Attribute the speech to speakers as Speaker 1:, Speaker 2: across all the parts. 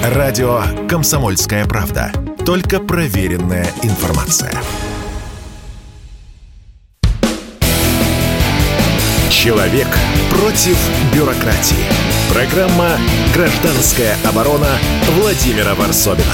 Speaker 1: Радио «Комсомольская правда». Только проверенная информация. Человек против бюрократии. Программа «Гражданская оборона» Владимира Варсобина.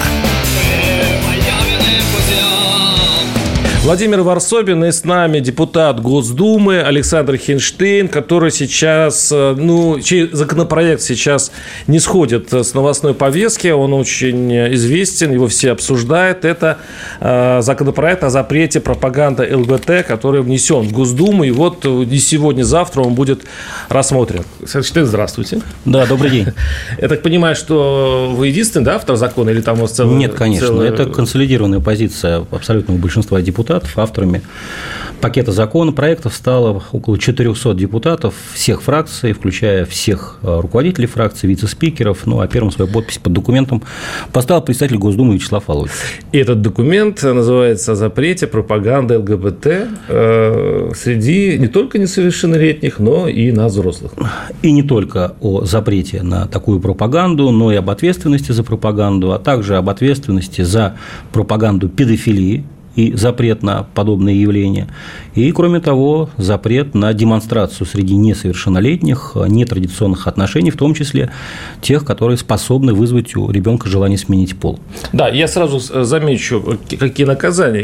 Speaker 2: Владимир Варсобин, и с нами депутат Госдумы Александр Хинштейн, который сейчас, чей законопроект сейчас не сходит с новостной повестки, он очень известен, его все обсуждают. Это законопроект о запрете пропаганды ЛГБТ, который внесен в Госдуму, и вот не сегодня-завтра он будет рассмотрен. Хинштейн, здравствуйте.
Speaker 3: Да, добрый день.
Speaker 2: Я так понимаю, что вы единственный, да, автор закона, или там у вас целый...
Speaker 3: Нет, конечно, это консолидированная позиция абсолютного большинства депутатов. Авторами пакета законопроектов стало около 400 депутатов всех фракций, включая всех руководителей фракций, вице-спикеров. А первым свою подпись под документом поставил председатель Госдумы Вячеслав Володин.
Speaker 2: И этот документ называется «О запрете пропаганды ЛГБТ среди не только несовершеннолетних, но и на взрослых».
Speaker 3: И не только о запрете на такую пропаганду, но и об ответственности за пропаганду, а также об ответственности за пропаганду педофилии и запрет на подобные явления. И, кроме того, запрет на демонстрацию среди несовершеннолетних нетрадиционных отношений, в том числе тех, которые способны вызвать у ребенка желание сменить пол.
Speaker 2: Да, я сразу замечу, какое наказание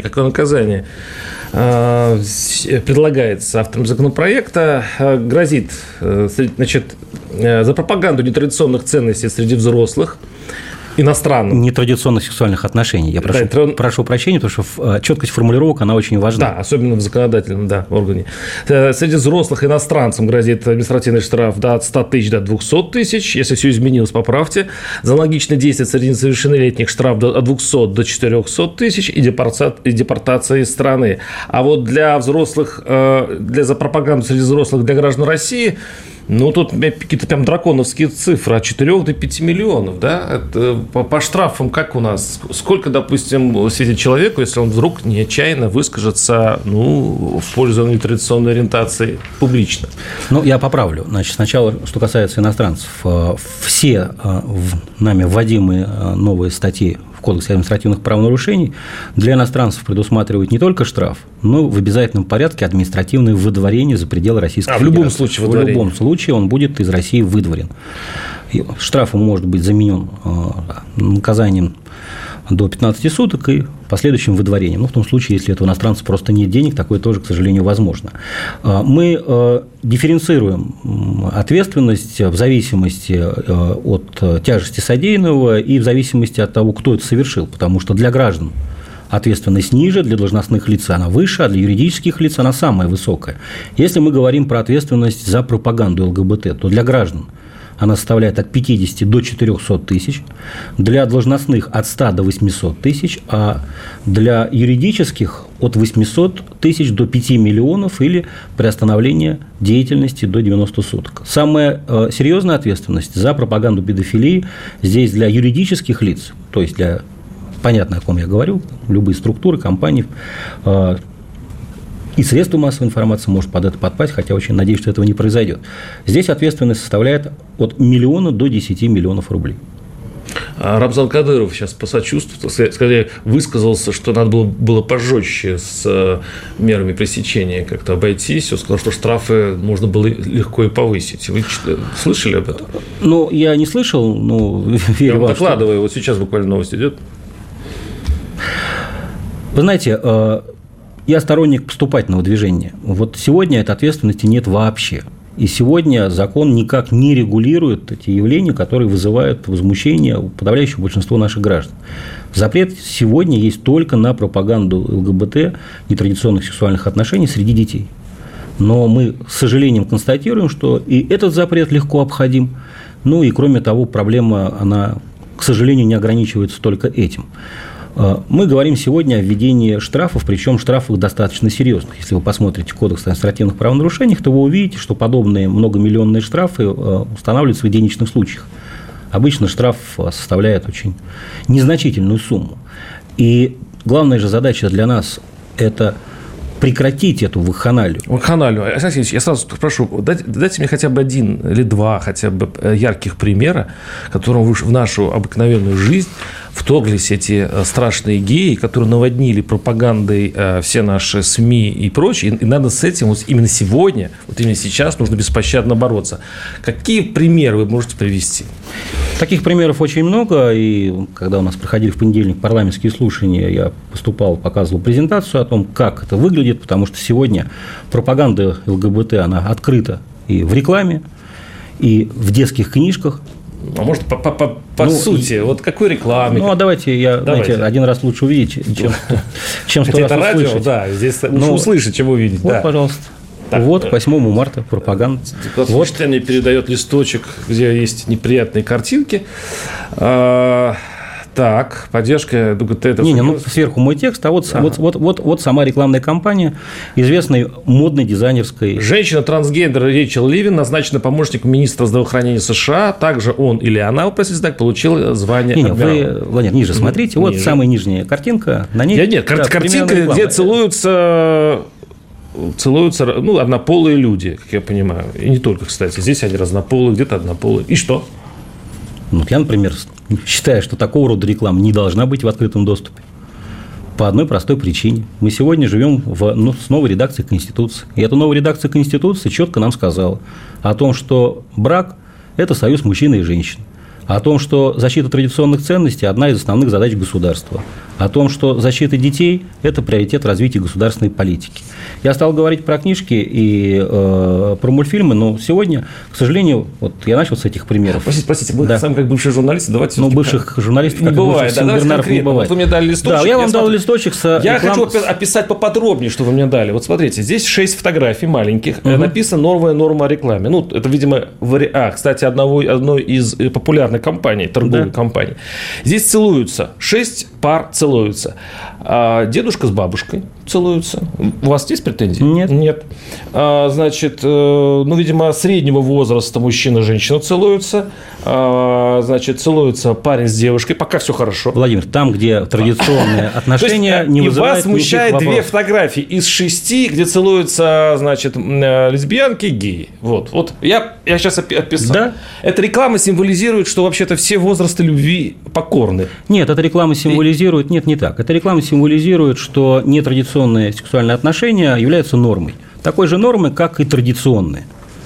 Speaker 2: предлагается автором законопроекта. Грозит, за пропаганду нетрадиционных ценностей среди взрослых, иностранных.
Speaker 3: Нетрадиционных сексуальных отношений. Я прошу прощения, потому что четкость формулировок, она очень важна.
Speaker 2: Да, особенно в законодательном органе. Среди взрослых иностранцам грозит административный штраф от 100 тысяч до 200 тысяч. Если все изменилось, поправьте. За аналогичное действие среди несовершеннолетних штраф от 200 до 400 тысяч и депортация из страны. А вот для взрослых, за пропаганду среди взрослых для граждан России, тут какие-то прям драконовские цифры, от 4 до 5 миллионов, да? Это по штрафам как у нас? Сколько, допустим, светит человеку, если он вдруг нечаянно выскажется, в пользу нетрадиционной ориентации публично?
Speaker 3: Я поправлю. Сначала, что касается иностранцев. Все нами вводимые новые статьи в Кодексе административных правонарушений для иностранцев предусматривают не только штраф, но в обязательном порядке административное выдворение за пределы Российской Федерации.
Speaker 2: В любом случае выдворение?
Speaker 3: В любом случае он будет из России выдворен. Штрафом может быть заменен наказанием до 15 суток и последующим выдворением. В том случае, если у иностранца просто нет денег, такое тоже, к сожалению, возможно. Мы дифференцируем ответственность в зависимости от тяжести содеянного и в зависимости от того, кто это совершил. Потому что для граждан ответственность ниже, для должностных лиц она выше, а для юридических лиц она самая высокая. Если мы говорим про ответственность за пропаганду ЛГБТ, то для граждан она составляет от 50 до 400 тысяч, для должностных от 100 до 800 тысяч, а для юридических от 800 тысяч до 5 миллионов или приостановление деятельности до 90 суток. Самая серьезная ответственность за пропаганду педофилии здесь для юридических лиц, то есть для, понятно, о ком я говорю, любые структуры, компании, и средства массовой информации может под это подпасть, хотя очень надеюсь, что этого не произойдет. Здесь ответственность составляет от миллиона до 10 миллионов рублей.
Speaker 2: Рамзан Кадыров сейчас посочувствовал, скорее высказался, что надо было пожестче с мерами пресечения как-то обойтись. Он сказал, что штрафы можно было легко и повысить. Вы слышали об этом?
Speaker 3: Я не слышал, но
Speaker 2: верю. Я вам докладываю, вот сейчас буквально новость идет.
Speaker 3: Вы знаете, я сторонник поступательного движения. Вот сегодня этой ответственности нет вообще. И сегодня закон никак не регулирует эти явления, которые вызывают возмущение у подавляющего большинства наших граждан. Запрет сегодня есть только на пропаганду ЛГБТ, нетрадиционных сексуальных отношений среди детей. Но мы с сожалением констатируем, что и этот запрет легко обходим. И кроме того, проблема, она, к сожалению, не ограничивается только этим. Мы говорим сегодня о введении штрафов, причем штрафов достаточно серьезных. Если вы посмотрите Кодекс административных правонарушений, то вы увидите, что подобные многомиллионные штрафы устанавливаются в единичных случаях. Обычно штраф составляет очень незначительную сумму. И главная же задача для нас – это прекратить эту вакханалию.
Speaker 2: Вакханалию. Александр Алексеевич, я сразу прошу, дайте мне хотя бы один или два хотя бы ярких примера, которым в нашу обыкновенную жизнь вторглись эти страшные геи, которые наводнили пропагандой все наши СМИ и прочее. И надо с этим вот именно сегодня, вот именно сейчас нужно беспощадно бороться. Какие примеры вы можете привести?
Speaker 3: Таких примеров очень много. И когда у нас проходили в понедельник парламентские слушания, я выступал, показывал презентацию о том, как это выглядит, потому что сегодня пропаганда ЛГБТ, она открыта и в рекламе, и в детских книжках.
Speaker 2: А может, по сути, вот какой рекламе?
Speaker 3: Ну, а давайте, знаете, один раз лучше увидеть, чем 100 раз
Speaker 2: радио,
Speaker 3: услышать.
Speaker 2: да, здесь лучше услышать, чем увидеть.
Speaker 3: Вот, пожалуйста. Так, вот, к 8 марта пропаганда.
Speaker 2: Вот что мне передает листочек, где есть неприятные картинки. Так, поддержка ЛГБТ.
Speaker 3: Сверху мой текст, а вот сама рекламная кампания известной модной дизайнерской.
Speaker 2: Женщина-трансгендер Рэйчел Левин назначена помощником министра здравоохранения США. Также он или она, вопросительный знак, получил звание адмирала.
Speaker 3: Вы, Владимир, ниже смотрите. Вот самая нижняя картинка. На ней
Speaker 2: картинка, где целуются однополые люди, как я понимаю. И не только, кстати. Здесь они разнополые, где-то однополые. И что?
Speaker 3: Я, например, считаю, что такого рода реклама не должна быть в открытом доступе. По одной простой причине. Мы сегодня живем с новой редакцией Конституции. И эта новая редакция Конституции четко нам сказала о том, что брак – это союз мужчины и женщины. О том, что защита традиционных ценностей – одна из основных задач государства. О том, что защита детей – это приоритет развития государственной политики. Я стал говорить про книжки и про мультфильмы, но сегодня, к сожалению, вот я начал с этих примеров.
Speaker 2: Простите, вы сами как бывший журналист, давайте…
Speaker 3: бывших журналистов,
Speaker 2: как бывает,
Speaker 3: Сен-Бернаров, не бывает.
Speaker 2: Вот вы мне дали листочек.
Speaker 3: Да, я вам дал листочек с…
Speaker 2: Я хочу описать поподробнее, что вы мне дали. Вот смотрите, здесь 6 фотографий маленьких, написано «Новая норма о рекламе». Это, видимо, кстати, одной из популярных компаний, торговых компаний. Здесь целуются, 6 пар целуются. Дедушка с бабушкой целуются. У вас есть претензии?
Speaker 3: Нет.
Speaker 2: Значит, видимо, среднего возраста мужчина и женщина целуются. Значит, целуются парень с девушкой. Пока все хорошо.
Speaker 3: Владимир, там, где традиционные отношения не вызывают никаких вопросов. И вас смущает 2 фотографии
Speaker 2: из 6, где целуются, значит, лесбиянки и геи. Вот. Я сейчас описал.
Speaker 3: Да?
Speaker 2: Эта реклама символизирует, что вообще-то все возрасты любви покорны.
Speaker 3: Нет, эта реклама символизирует… Нет, не так. Эта реклама символизирует, что нетрадиционные сексуальные отношения являются нормой. Такой же нормой, как и традиционные.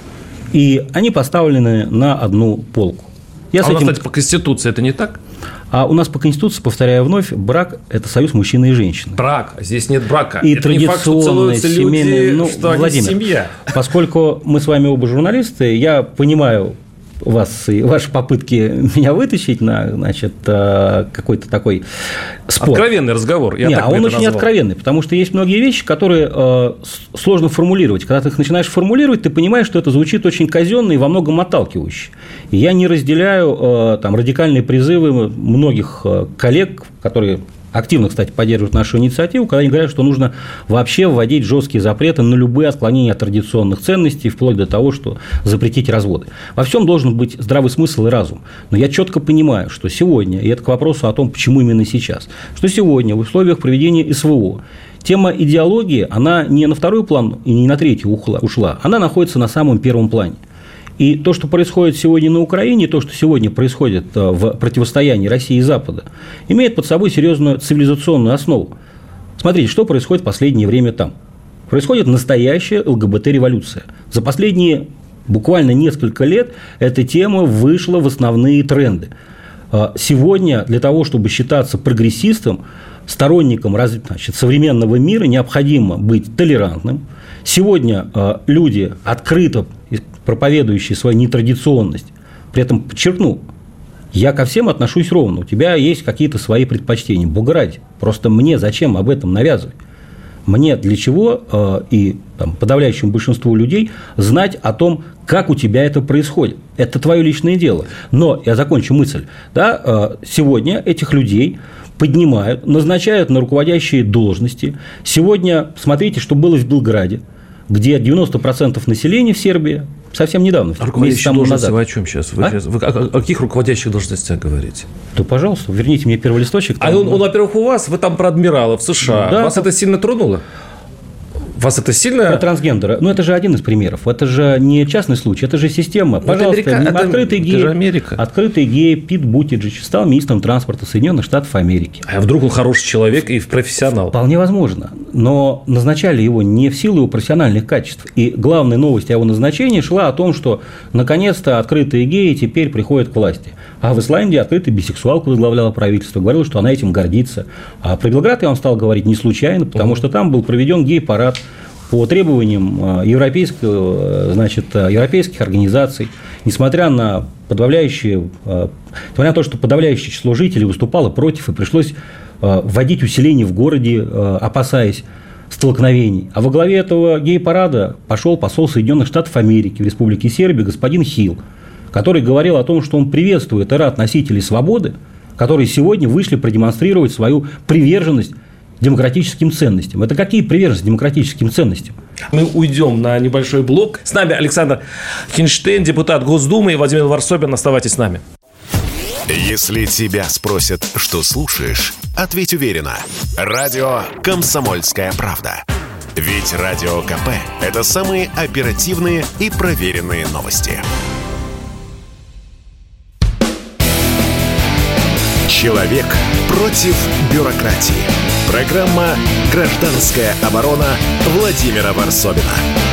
Speaker 3: И они поставлены на одну полку.
Speaker 2: У нас, кстати, по Конституции это не так?
Speaker 3: А у нас по Конституции, повторяю вновь, брак – это союз мужчины и женщины.
Speaker 2: Брак. Здесь нет брака.
Speaker 3: И
Speaker 2: это не факт, что целуются люди, что они
Speaker 3: Владимир,
Speaker 2: семья.
Speaker 3: Поскольку мы с вами оба журналисты, я понимаю вас и ваши попытки меня вытащить на, значит, какой-то такой спор.
Speaker 2: Откровенный разговор.
Speaker 3: Он очень откровенный, потому что есть многие вещи, которые сложно формулировать. Когда ты их начинаешь формулировать, ты понимаешь, что это звучит очень казенно и во многом отталкивающе. И я не разделяю радикальные призывы многих коллег, которые активно, кстати, поддерживают нашу инициативу, когда они говорят, что нужно вообще вводить жесткие запреты на любые отклонения от традиционных ценностей, вплоть до того, что запретить разводы. Во всем должен быть здравый смысл и разум. Но я четко понимаю, что сегодня, и это к вопросу о том, почему именно сейчас, что сегодня в условиях проведения СВО тема идеологии, она не на второй план и не на третий ушла, она находится на самом первом плане. И то, что происходит сегодня на Украине, то, что сегодня происходит в противостоянии России и Запада, имеет под собой серьезную цивилизационную основу. Смотрите, что происходит в последнее время там. Происходит настоящая ЛГБТ-революция. За последние буквально несколько лет эта тема вышла в основные тренды. Сегодня для того, чтобы считаться прогрессистом, сторонником современного мира, необходимо быть толерантным. Сегодня люди, открыто проповедующие свою нетрадиционность, при этом подчеркну, я ко всем отношусь ровно, у тебя есть какие-то свои предпочтения, бога ради, просто мне зачем об этом навязывать? Мне для чего и подавляющему большинству людей знать о том, как у тебя это происходит? Это твое личное дело. Но я закончу мысль. Сегодня этих людей поднимают, назначают на руководящие должности. Сегодня смотрите, что было в Белграде, где 90% населения в Сербии совсем недавно.
Speaker 2: А руководящие должности вы о чем сейчас? Вы о каких руководящих должностях говорите?
Speaker 3: То, пожалуйста, верните мне первый листочек.
Speaker 2: Он, во-первых, у вас, вы там про адмирала в США.
Speaker 3: Да,
Speaker 2: вас это сильно тронуло? Вас это сильно...
Speaker 3: Про трансгендера. Ну, это же один из примеров. Это же не частный случай, это же система. Пожалуйста, открытый гей Пит Бутиджич стал министром транспорта Соединенных Штатов Америки.
Speaker 2: А вдруг он хороший человек и профессионал?
Speaker 3: Вполне возможно. Но назначали его не в силу его профессиональных качеств. И главная новость о его назначении шла о том, что наконец-то открытые геи теперь приходят к власти. А в Исландии открытая бисексуалка возглавляла правительство, говорила, что она этим гордится. А про Белград я вам стал говорить не случайно, потому что там был проведен гей-парад по требованиям европейских организаций, несмотря на то, что подавляющее число жителей выступало против, и пришлось вводить усиление в городе, опасаясь столкновений. А во главе этого гей-парада пошел посол Соединенных Штатов Америки в Республике Сербия господин Хилл, который говорил о том, что он приветствует и рад носителей свободы, которые сегодня вышли продемонстрировать свою приверженность демократическим ценностям. Это какие приверженности демократическим ценностям?
Speaker 2: Мы уйдем на небольшой блок. С нами Александр Хинштейн, депутат Госдумы, и Владимир Варсобин. Оставайтесь с нами.
Speaker 1: Если тебя спросят, что слушаешь, ответь уверенно. Радио «Комсомольская правда». Ведь Радио КП – это самые оперативные и проверенные новости. Человек против бюрократии. Программа «Гражданская оборона» Владимира Варсобина.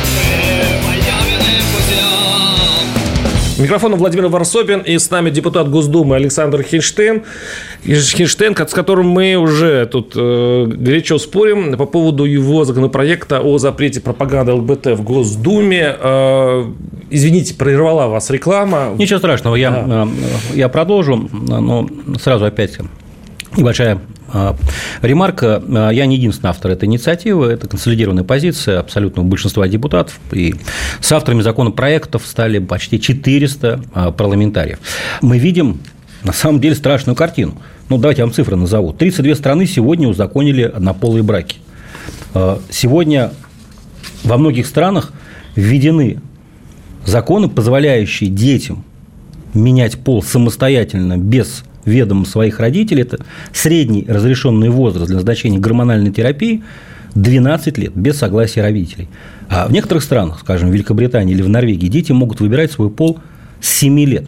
Speaker 2: Микрофон Владимир Варсобин, и с нами депутат Госдумы Александр Хинштейн, с которым мы уже тут горячо спорим по поводу его законопроекта о запрете пропаганды ЛГБТ в Госдуме. Извините, прервала вас реклама.
Speaker 3: Ничего страшного, я продолжу, но сразу опять небольшая ремарка. Я не единственный автор этой инициативы. Это консолидированная позиция абсолютного большинства депутатов. И с авторами законопроектов стали почти 400 парламентариев. Мы видим, на самом деле, страшную картину. Ну, давайте я вам цифры назову. 32 страны сегодня узаконили однополые браки. Сегодня во многих странах введены законы, позволяющие детям менять пол самостоятельно, без ведома своих родителей. Это средний разрешенный возраст для назначения гормональной терапии 12 лет, без согласия родителей. А в некоторых странах, скажем, в Великобритании или в Норвегии, дети могут выбирать свой пол с 7 лет.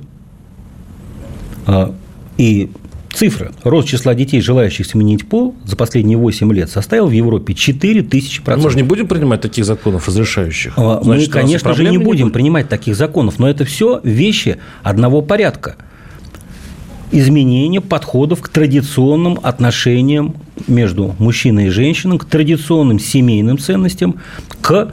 Speaker 3: И цифра: рост числа детей, желающих сменить пол, за последние 8 лет составил в Европе 4000%.
Speaker 2: Мы же не будем принимать таких законов, разрешающих?
Speaker 3: Мы, конечно же, не будем принимать таких законов, но это все вещи одного порядка. Изменение подходов к традиционным отношениям между мужчиной и женщиной, к традиционным семейным ценностям, к,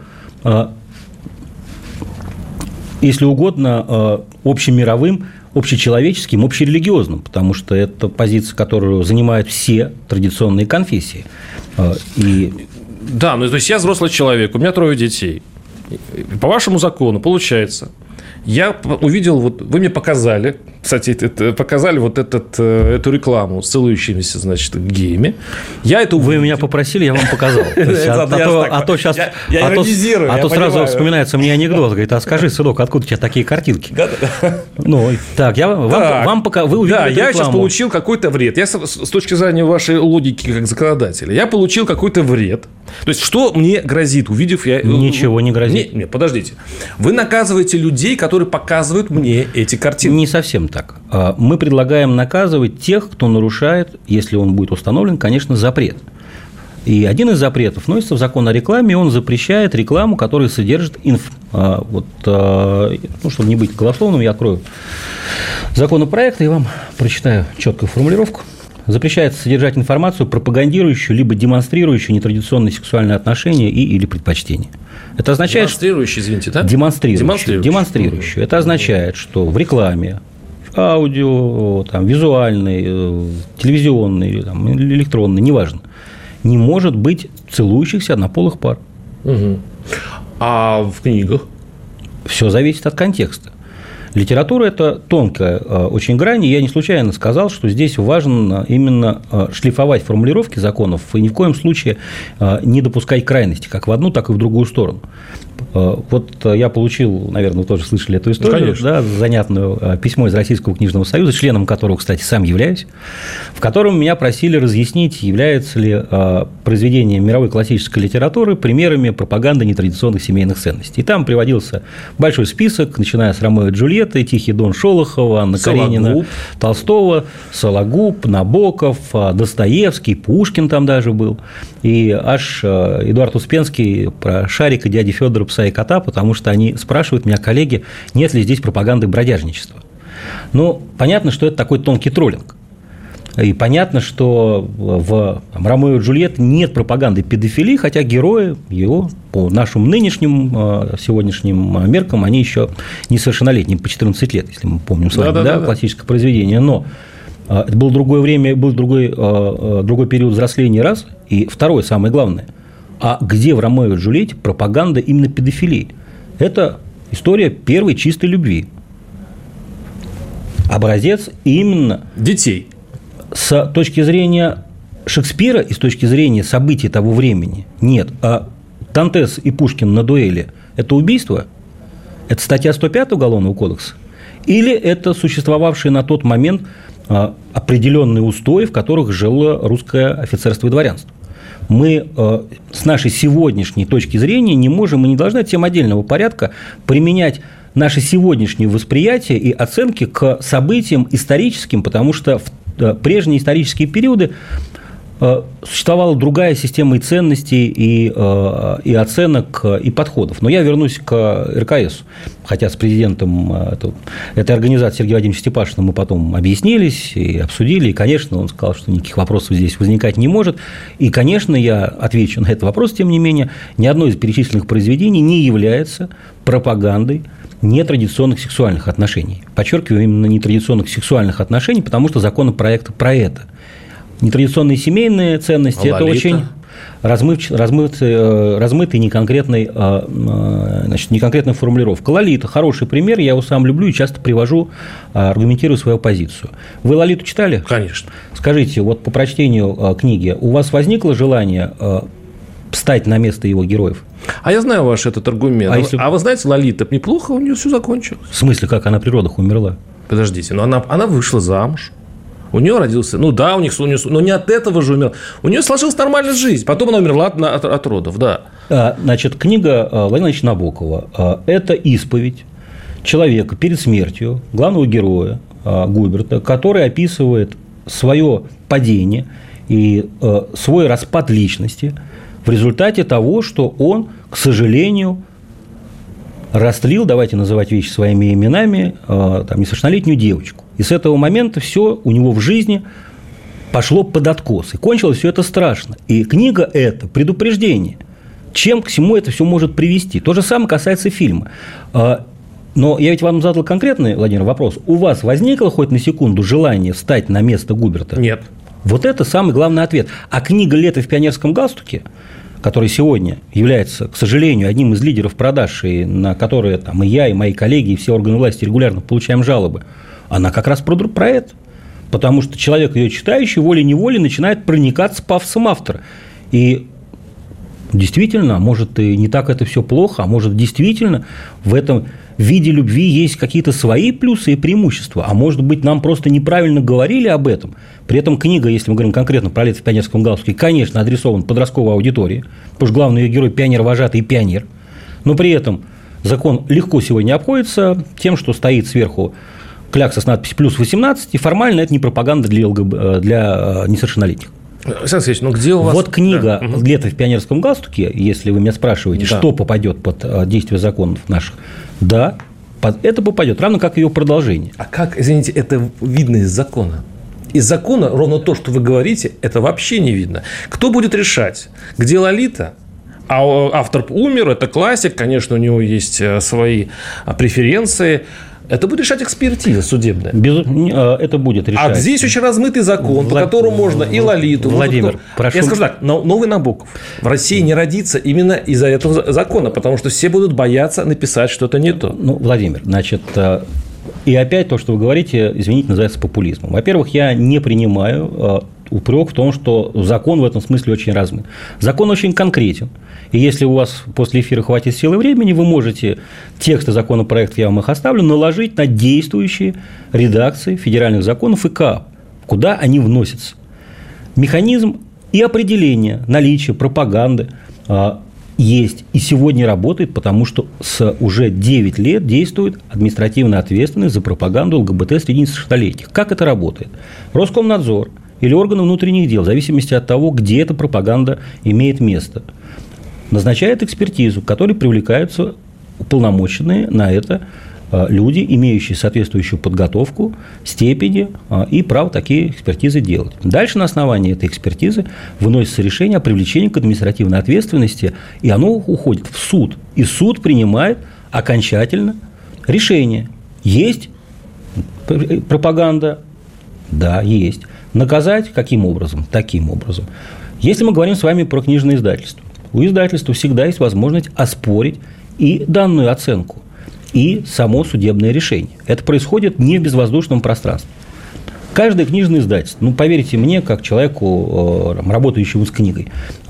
Speaker 3: если угодно, общемировым, общечеловеческим, общерелигиозным, потому что это позиция, которую занимают все традиционные конфессии.
Speaker 2: Да, ну то есть я взрослый человек, у меня 3 детей. По вашему закону получается, я увидел, вот вы мне показали, кстати, показали эту рекламу с целующимися, значит, геями. Вы
Speaker 3: меня попросили, я вам показал. А то сразу вспоминается мне анекдот. Говорит, а скажи, сынок, откуда у тебя такие картинки? Ну, так, вам пока вы увидели рекламу.
Speaker 2: Я сейчас получил какой-то вред. Я с точки зрения вашей логики как законодателя, я получил какой-то вред. То есть, что мне грозит, увидев я...
Speaker 3: Ничего не грозит.
Speaker 2: Нет, подождите. Вы наказываете людей, которые показывают мне эти картинки.
Speaker 3: Не совсем так. Мы предлагаем наказывать тех, кто нарушает, если он будет установлен, конечно, запрет. И один из запретов вносится в закон о рекламе, и он запрещает рекламу, которая содержит чтобы не быть голословным, я открою законопроект и вам прочитаю четкую формулировку. Запрещается содержать информацию, пропагандирующую либо демонстрирующую нетрадиционные сексуальные отношения или предпочтения. Это означает,
Speaker 2: демонстрирующую, извините, да?
Speaker 3: Демонстрирующую. Это означает, что в рекламе, аудио, визуальной, телевизионной, электронной, неважно, не может быть целующихся однополых пар.
Speaker 2: Угу. А в книгах?
Speaker 3: Все зависит от контекста. Литература – это тонкая очень грань, и я не случайно сказал, что здесь важно именно шлифовать формулировки законов и ни в коем случае не допускать крайности, как в одну, так и в другую сторону. Вот я получил, наверное, вы тоже слышали эту историю, да, занятную, письмо из Российского книжного союза, членом которого, кстати, сам являюсь, в котором меня просили разъяснить, является ли произведение мировой классической литературы примерами пропаганды нетрадиционных семейных ценностей. И там приводился большой список, начиная с Ромео и Джульетты, Тихий Дон Шолохова, Анна Каренина, Толстого, Сологуб, Набоков, Достоевский, Пушкин там даже был, и аж Эдуард Успенский про Шарика, дяди Федора, пса и кота, потому что они спрашивают меня, коллеги, нет ли здесь пропаганды бродяжничества. Ну, понятно, что это такой тонкий троллинг. И понятно, что в Ромео и Джульетте нет пропаганды педофилии, хотя герои его, по нашим нынешним, сегодняшним меркам, они еще несовершеннолетние, по 14 лет, если мы помним с вами, классическое произведение. Но это было другое время, был другой период взросления, раз. И второе, самое главное, а где в Ромео и Джульетте пропаганда именно педофилии? Это история первой чистой любви. Образец именно
Speaker 2: детей.
Speaker 3: С точки зрения Шекспира и с точки зрения событий того времени нет. А Дантес и Пушкин на дуэли – это убийство? Это статья 105 Уголовного кодекса? Или это существовавшие на тот момент определенные устои, в которых жило русское офицерство и дворянство? Мы с нашей сегодняшней точки зрения не можем и не должны тем отдельного порядка применять наше сегодняшнее восприятие и оценки к событиям историческим, потому что в прежние исторические периоды существовала другая система и ценностей, и оценок, и подходов. Но я вернусь к РКС, хотя с президентом этой организации Сергеем Вадимовичем Степашиным мы потом объяснились и обсудили, и, конечно, он сказал, что никаких вопросов здесь возникать не может. И, конечно, я отвечу на этот вопрос, тем не менее, ни одно из перечисленных произведений не является пропагандой нетрадиционных сексуальных отношений. Подчеркиваю, именно нетрадиционных сексуальных отношений, потому что законопроект про это. Нетрадиционные семейные ценности – это очень размытый неконкретная формулировка. Лолита – хороший пример, я его сам люблю и часто привожу, аргументирую свою позицию. Вы «Лолиту» читали?
Speaker 2: Конечно.
Speaker 3: Скажите, вот по прочтению книги у вас возникло желание встать на место его героев?
Speaker 2: А я знаю ваш этот аргумент. А вы знаете, Лолита, неплохо у нее все закончилось.
Speaker 3: В смысле, как она при родах умерла?
Speaker 2: Подождите, но она вышла замуж. У нее родился, но не от этого же умерла. У нее сложилась нормальная жизнь. Потом она умерла от родов, да.
Speaker 3: Значит, книга Владимира Ильича Набокова – это исповедь человека перед смертью, главного героя Губерта, который описывает свое падение и свой распад личности в результате того, что он, к сожалению, растлил, давайте называть вещи своими именами, несовершеннолетнюю девочку. И с этого момента все у него в жизни пошло под откос. И кончилось все это страшно. И книга – это предупреждение, чем к всему это все может привести. То же самое касается фильма. Но я ведь вам задал конкретный, Владимир, вопрос. У вас возникло хоть на секунду желание встать на место Губерта?
Speaker 2: Нет.
Speaker 3: Вот это самый главный ответ. А книга «Лето в пионерском галстуке», который сегодня является, к сожалению, одним из лидеров продаж, и на которые и я, и мои коллеги, и все органы власти регулярно получаем жалобы, она как раз про это. Потому что человек, ее читающий, волей-неволей начинает проникаться пафосом автора. И действительно, может, и не так это все плохо, а может, действительно в этом виде любви есть какие-то свои плюсы и преимущества, а может быть, нам просто неправильно говорили об этом. При этом книга, если мы говорим конкретно про «Лето в пионерском галстуке», конечно, адресован подростковой аудитории, потому что главный ее герой – пионер-вожатый и пионер, но при этом закон легко сегодня обходится тем, что стоит сверху клякса с надписью «плюс 18», и формально это не пропаганда для несовершеннолетних.
Speaker 2: Александр Алексеевич, где у вас…
Speaker 3: Вот книга «Лето в пионерском галстуке», если вы меня спрашиваете, что попадет под действие законов наших, да, это попадет, равно как и ее продолжение.
Speaker 2: А как, извините, это видно из закона? Из закона ровно то, что вы говорите, это вообще не видно. Кто будет решать, где Лолита? А автор умер, это классик, конечно, у него есть свои преференции. Это будет решать экспертиза судебная.
Speaker 3: Это будет решать.
Speaker 2: А здесь очень размытый закон, по которому можно и Лолиту.
Speaker 3: Владимир, прошу.
Speaker 2: Я скажу так, новый Набоков в России не родится именно из-за этого закона, потому что все будут бояться написать что-то не то.
Speaker 3: Владимир, значит, и опять то, что вы говорите, извините, называется популизмом. Во-первых, я не принимаю упрек в том, что закон в этом смысле очень размыт. Закон очень конкретен. И если у вас после эфира хватит сил и времени, вы можете тексты законопроекта, я вам их оставлю, наложить на действующие редакции федеральных законов и КАП, куда они вносятся. Механизм и определение наличия пропаганды есть и сегодня работает, потому что уже 9 лет действует административная ответственность за пропаганду ЛГБТ среди несовершеннолетних. Как это работает? Роскомнадзор или органы внутренних дел, в зависимости от того, где эта пропаганда имеет место, назначает экспертизу, к которой привлекаются уполномоченные на это люди, имеющие соответствующую подготовку, степени и право такие экспертизы делать. Дальше на основании этой экспертизы выносится решение о привлечении к административной ответственности, и оно уходит в суд. И суд принимает окончательно решение. Есть пропаганда? Да, есть. Наказать каким образом? Таким образом. Если мы говорим с вами про книжное издательство, у издательства всегда есть возможность оспорить и данную оценку, и само судебное решение. Это происходит не в безвоздушном пространстве. Каждое книжное издательство, поверьте мне, как человеку, работающему с книгой,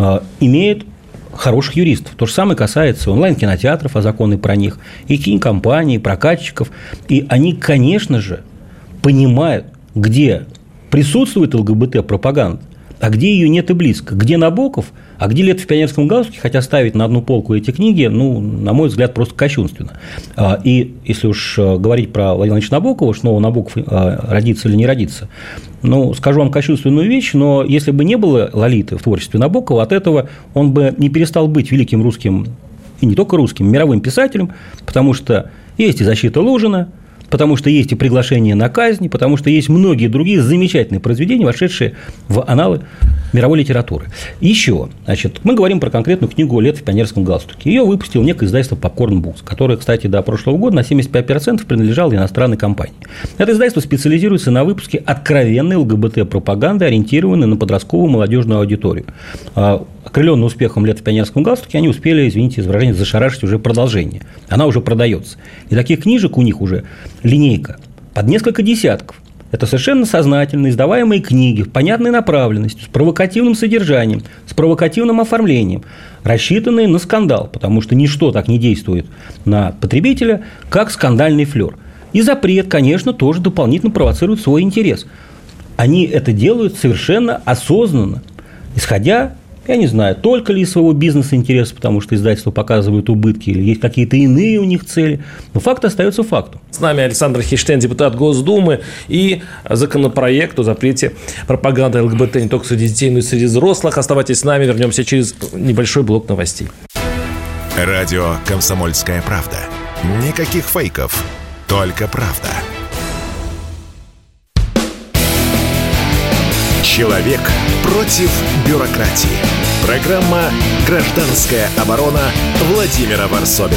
Speaker 3: имеет хороших юристов. То же самое касается онлайн-кинотеатров, а законы про них, и кинокомпаний, и прокатчиков. И они, конечно же, понимают, где присутствует ЛГБТ-пропаганда, а где ее нет и близко, где Набоков, а где «Лето в пионерском галстуке», хотя ставить на одну полку эти книги, на мой взгляд, просто кощунственно. И если уж говорить про Владимира Ильича Набокова, что Набоков родится или не родится, скажу вам кощунственную вещь, но если бы не было Лолиты в творчестве Набокова, от этого он бы не перестал быть великим русским, и не только русским, мировым писателем, потому что есть и «Защита Лужина», потому что есть и «Приглашение на казнь», потому что есть многие другие замечательные произведения, вошедшие в аналы мировой литературы. Еще, мы говорим про конкретную книгу «Лето в пионерском галстуке». Ее выпустил некое издательство Popcorn Books, которое, кстати, до прошлого года на 75% принадлежало иностранной компании. Это издательство специализируется на выпуске откровенной ЛГБТ-пропаганды, ориентированной на подростковую молодежную аудиторию. Окрыленные успехом «Лето в пионерском галстуке», они успели, извините за выражение, зашарашить уже продолжение. Она уже продается. И таких книжек у них уже линейка под несколько десятков. Это совершенно сознательно издаваемые книги в понятной направленности, с провокативным содержанием, с провокативным оформлением, рассчитанные на скандал, потому что ничто так не действует на потребителя, как скандальный флёр. И запрет, конечно, тоже дополнительно провоцирует свой интерес. Они это делают совершенно осознанно, исходя, я не знаю, только ли из своего бизнес-интереса, потому что издательства показывают убытки, или есть какие-то иные у них цели. Но факт остается фактом.
Speaker 2: С нами Александр Хиштейн, депутат Госдумы, и законопроект о запрете пропаганды ЛГБТ не только среди детей, но и среди взрослых. Оставайтесь с нами, вернемся через небольшой блок новостей.
Speaker 1: Радио «Комсомольская правда». Никаких фейков, только правда. Человек против бюрократии. Программа «Гражданская оборона» Владимира Варсобина.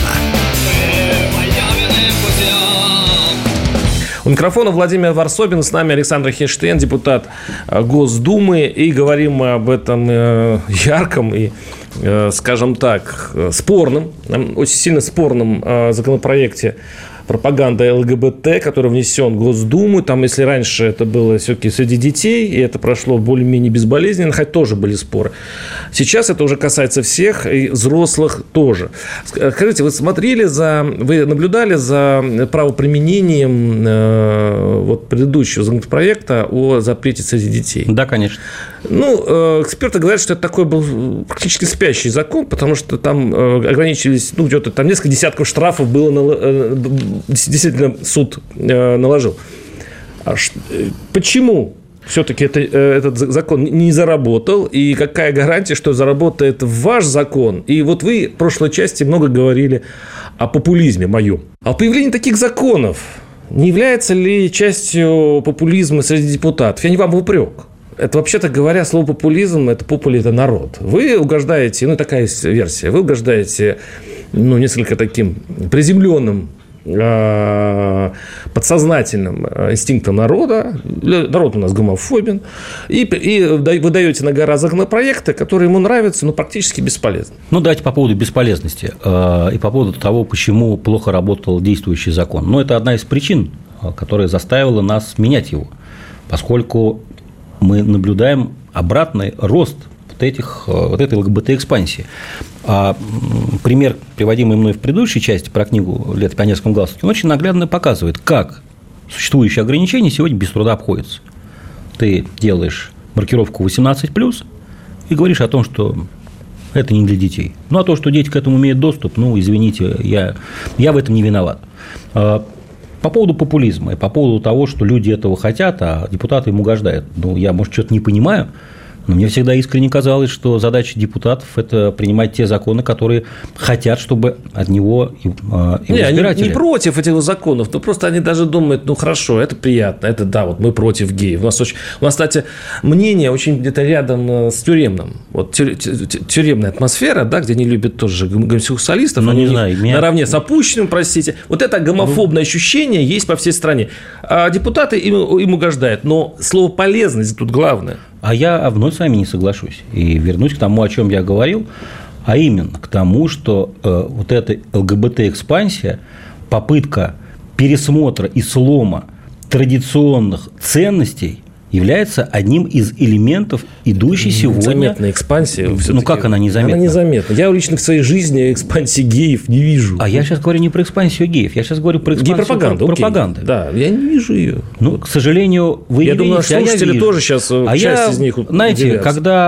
Speaker 2: У микрофона Владимир Варсобин, с нами Александр Хиштейн, депутат Госдумы. И говорим мы об этом ярком и, скажем так, спорном, очень сильно спорном законопроекте пропаганда ЛГБТ, который внесен в Госдуму. Там, если раньше это было все-таки среди детей, и это прошло более-менее безболезненно, хотя тоже были споры. Сейчас это уже касается всех, и взрослых тоже. Скажите, вы наблюдали за правоприменением предыдущего законопроекта о запрете среди детей?
Speaker 3: Да, конечно.
Speaker 2: Эксперты говорят, что это такой был практически спящий закон, потому что там ограничились, где-то там несколько десятков штрафов было, действительно суд наложил. Почему все-таки этот закон не заработал, и какая гарантия, что заработает ваш закон? И вот вы в прошлой части много говорили о популизме моем. А появление таких законов не является ли частью популизма среди депутатов? Я не вам в упрек. Это, вообще-то говоря, слово популизм, это попули, это народ. Вы угождаете, такая есть версия, вы угождаете, несколько таким приземленным, подсознательным инстинктом народа. Народ у нас гомофобен. И вы даете на гора законопроекты, которые ему нравятся, но практически бесполезны.
Speaker 3: Давайте по поводу бесполезности и по поводу того, почему плохо работал действующий закон. Это одна из причин, которая заставила нас менять его. Поскольку мы наблюдаем обратный рост вот этой ЛГБТ-экспансии. Пример, приводимый мной в предыдущей части про книгу «Лето в пионерском галстуке», он очень наглядно показывает, как существующие ограничения сегодня без труда обходятся. Ты делаешь маркировку 18+, и говоришь о том, что это не для детей. Ну, а то, что дети к этому имеют доступ, ну, извините, я в этом не виноват. По поводу популизма и по поводу того, что люди этого хотят, а депутаты им угождают. Ну, я, может, что-то не понимаю, но мне всегда искренне казалось, что задача депутатов – это принимать те законы, которые хотят, чтобы от него избиратели.
Speaker 2: Они не против этих законов, но просто они даже думают, ну, хорошо, это приятно, это да, вот мы против геев. У нас, кстати, мнение очень где-то рядом с тюремным. Вот тюремная атмосфера, да, где они любят тоже гомосексуалистов, они наравне с опущенным, простите. Вот это гомофобное ощущение есть по всей стране. А депутаты им угождают, но слово «полезность» тут главное.
Speaker 3: А я вновь с вами не соглашусь. И вернусь к тому, о чем я говорил, а именно к тому, что вот эта ЛГБТ-экспансия, попытка пересмотра и слома традиционных ценностей является одним из элементов идущей сегодня…
Speaker 2: Заметная экспансия.
Speaker 3: Ну, как она незаметна?
Speaker 2: Она незаметна. Я лично в своей жизни экспансии геев не вижу.
Speaker 3: А я сейчас говорю не про экспансию геев, я сейчас говорю про экспансию пропаганды.
Speaker 2: Да, я не вижу ее.
Speaker 3: Ну, к сожалению, вы
Speaker 2: я
Speaker 3: не
Speaker 2: думаю,
Speaker 3: видите,
Speaker 2: слушатели тоже сейчас часть из них
Speaker 3: знаете,
Speaker 2: удивятся.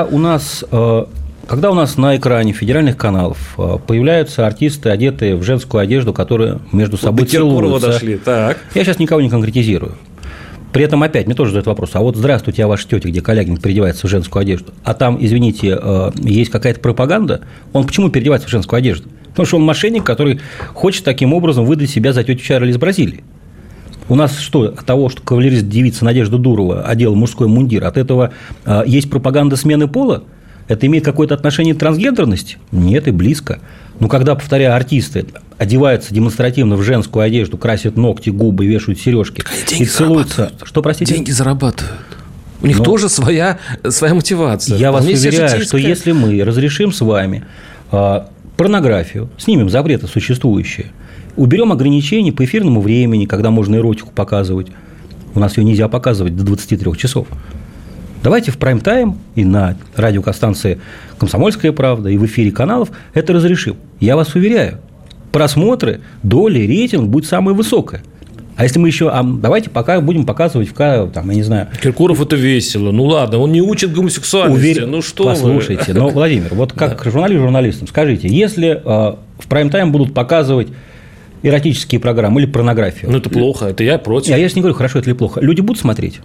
Speaker 3: Когда у нас на экране федеральных каналов появляются артисты, одетые в женскую одежду, которые между собой целуются…
Speaker 2: Дошли. Так.
Speaker 3: Я сейчас никого не конкретизирую. При этом опять мне тоже задают вопрос, а вот здравствуйте, а ваша тетя, где Калягин переодевается в женскую одежду, а там, извините, есть какая-то пропаганда, он почему переодевается в женскую одежду? Потому что он мошенник, который хочет таким образом выдать себя за тетю Чарли из Бразилии. У нас что, от того, что кавалерист-девица Надежда Дурова одела мужской мундир, от этого есть пропаганда смены пола? Это имеет какое-то отношение к трансгендерности? Нет, и близко. Но когда, повторяю, артисты одеваются демонстративно в женскую одежду, красят ногти, губы, вешают сережки и целуются… Что, простите?
Speaker 2: Деньги зарабатывают. У них тоже своя мотивация.
Speaker 3: Я вас уверяю, что если мы разрешим с вами порнографию, снимем запреты существующие, уберем ограничения по эфирному времени, когда можно эротику показывать, у нас ее нельзя показывать до 23 часов. Давайте в прайм-тайм и на радиостанции «Комсомольская правда», и в эфире каналов это разрешим. Я вас уверяю, просмотры, доля, рейтинг будет самая высокая. А если мы еще… давайте пока будем показывать я не знаю…
Speaker 2: Киркоров это весело. Ну, ладно, он не учит гомосексуальности. Ну, что
Speaker 3: Послушайте, но, Владимир, вот как журналистам, скажите, если в прайм-тайм будут показывать эротические программы или порнографию…
Speaker 2: Ну, это плохо, это я против.
Speaker 3: Я же не говорю, хорошо это или плохо. Люди будут смотреть?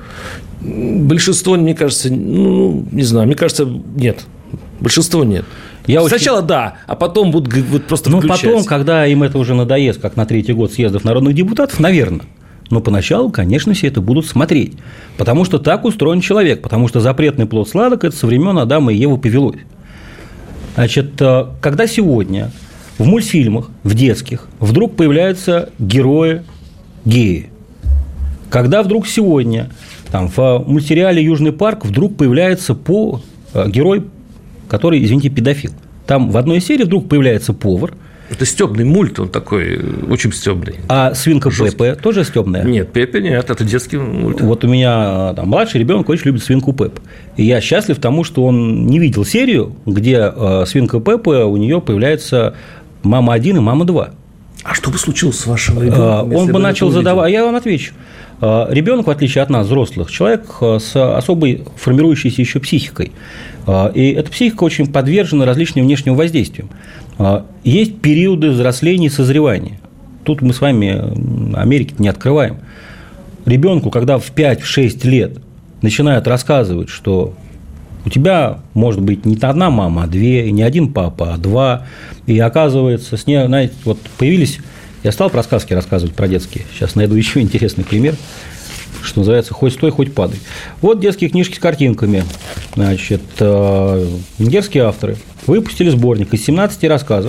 Speaker 2: Большинство, мне кажется, не знаю, мне кажется, нет. Большинство нет. Сначала да, а потом будут просто включать.
Speaker 3: Потом, когда им это уже надоест, как на 3-й год съездов народных депутатов, наверное. Но поначалу, конечно, все это будут смотреть. Потому что так устроен человек. Потому что запретный плод сладок – это со времен Адама и Евы повелось. Значит, когда сегодня в мультфильмах, в детских, вдруг появляются герои-геи, когда вдруг сегодня в мультсериале «Южный парк» вдруг появляется герой, который, извините, педофил. Там в одной серии вдруг появляется повар.
Speaker 2: Это стёбный мульт, он такой очень стёбный.
Speaker 3: А свинка Пеппа тоже стёбная?
Speaker 2: Нет, Пеппа нет, это детский мульт.
Speaker 3: Вот у меня младший ребенок очень любит свинку Пеппу. И я счастлив тому, что он не видел серию, где свинка Пеппа, у нее появляется мама 1 и мама 2.
Speaker 2: А что бы случилось с вашим ребенком?
Speaker 3: Он бы начал задавать… Я вам отвечу. Ребенок, в отличие от нас, взрослых, человек с особой формирующейся еще психикой. И эта психика очень подвержена различным внешним воздействиям. Есть периоды взросления и созревания. Тут мы с вами Америки не открываем. Ребенку, когда в 5-6 лет начинают рассказывать, что у тебя может быть не одна мама, а 2, и не один папа, а 2. И оказывается, с ней, знаете, вот появились… Я стал про сказки рассказывать, про детские. Сейчас найду еще интересный пример, что называется «Хоть стой, хоть падай». Вот детские книжки с картинками. Значит, венгерские авторы выпустили сборник из 17 рассказов.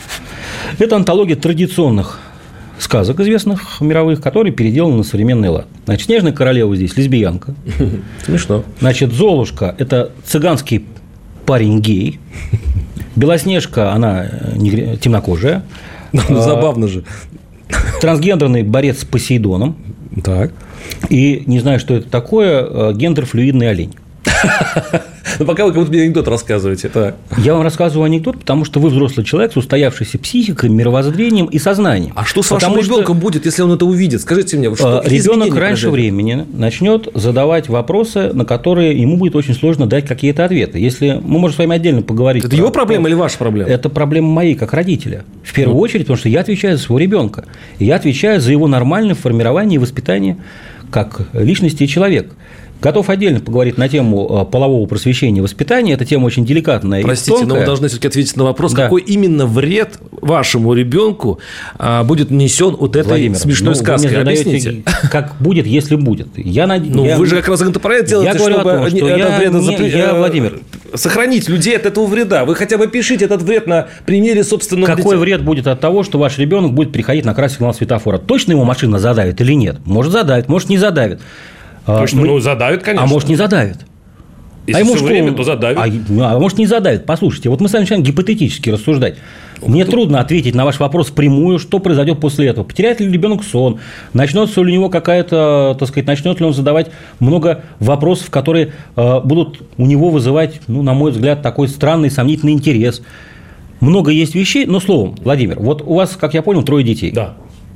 Speaker 3: Это антология традиционных сказок, известных мировых, которые переделаны на современный лад. Значит, Снежная королева здесь лесбиянка.
Speaker 2: Смешно.
Speaker 3: Значит, Золушка – это цыганский парень-гей. Белоснежка – она темнокожая.
Speaker 2: Забавно же.
Speaker 3: Трансгендерный борец с Посейдоном.
Speaker 2: Так.
Speaker 3: И не знаю, что это такое, гендерфлюидный олень.
Speaker 2: Ну, пока вы как будто мне анекдот рассказываете. Так.
Speaker 3: Я вам рассказываю анекдот, потому что вы взрослый человек с устоявшейся психикой, мировоззрением и сознанием.
Speaker 2: А что с вашим ребенком будет, если он это увидит? Скажите мне, что
Speaker 3: ребенок раньше времени начнет задавать вопросы, на которые ему будет очень сложно дать какие-то ответы. Если мы можем с вами отдельно поговорить.
Speaker 2: Это его проблема или ваша проблема?
Speaker 3: Это проблема моей как родителя. В первую очередь, потому что я отвечаю за своего ребенка. И я отвечаю за его нормальное формирование и воспитание как личности и человека. Готов отдельно поговорить на тему полового просвещения и воспитания. Эта тема очень деликатная.
Speaker 2: Простите,
Speaker 3: и тонкая.
Speaker 2: но вы должны все-таки ответить на вопрос,
Speaker 3: да.
Speaker 2: Какой именно вред вашему ребенку будет нанесен от этой
Speaker 3: Владимир,
Speaker 2: смешной сказки.
Speaker 3: Вы мне задаете, как будет, если будет.
Speaker 2: Вы же как раз это про это делаете, чтобы Владимир, сохранить людей от этого вреда. Вы хотя бы пишите этот вред на примере собственного детей.
Speaker 3: Какой вред будет от того, что ваш ребенок будет переходить на красный сигнал светофора? Точно его машина задавит или нет? Может, задавит, может, не задавит.
Speaker 2: Точно, задавит, конечно.
Speaker 3: А может, не задавит.
Speaker 2: Если все время, то задавит.
Speaker 3: А может, не задавит. Послушайте, вот мы с вами начинаем гипотетически рассуждать. Мне трудно ответить на ваш вопрос впрямую, что произойдет после этого. Потеряет ли ребенок сон? Начнется ли у него какая-то, так сказать, начнет ли он задавать много вопросов, которые будут у него вызывать, на мой взгляд, такой странный, сомнительный интерес. Много есть вещей, но словом, Владимир, вот у вас, как я понял, 3 детей.
Speaker 2: Да.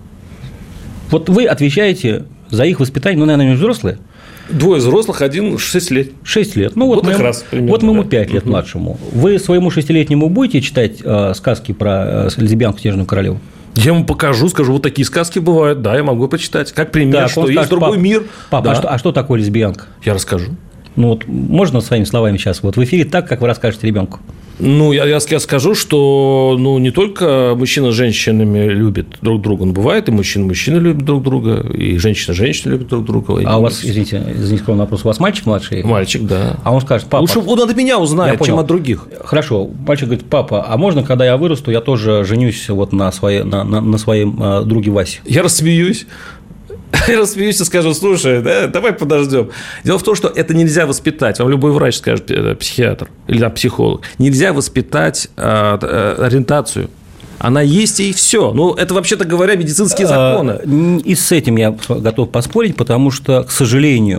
Speaker 3: Вот вы отвечаете за их воспитание, наверное, они взрослые? 2 взрослых, 1 6 лет. 6 лет. Вот моему 5 лет младшему. Вы своему 6-летнему будете читать сказки про лесбиянку Снежную королеву?
Speaker 2: Я ему покажу, скажу, вот такие сказки бывают, да, я могу почитать. Как пример,
Speaker 3: да,
Speaker 2: что есть другой мир.
Speaker 3: Папа, да. а что такое лесбиянка?
Speaker 2: Я расскажу.
Speaker 3: Можно своими словами сейчас в эфире так, как вы расскажете ребенку?
Speaker 2: Я скажу, что не только мужчина с женщинами любит друг друга, но бывает и мужчины любят друг друга, и женщины любят друг друга.
Speaker 3: А у вас, извините, скромный вопрос, у вас мальчик младший?
Speaker 2: Мальчик, да.
Speaker 3: А он скажет, папа...
Speaker 2: Лучше он от меня узнает, чем от других.
Speaker 3: Хорошо. Мальчик говорит, папа, а можно, когда я вырасту, я тоже женюсь на своем друге Васе?
Speaker 2: Я рассмеюсь. Я рассмеюсь и скажу, слушай, давай подождем. Дело в том, что это нельзя воспитать. Вам любой врач скажет, психиатр или психолог. Нельзя воспитать ориентацию. Она есть и все. Это, вообще-то говоря, медицинские законы.
Speaker 3: И с этим я готов поспорить, потому что, к сожалению,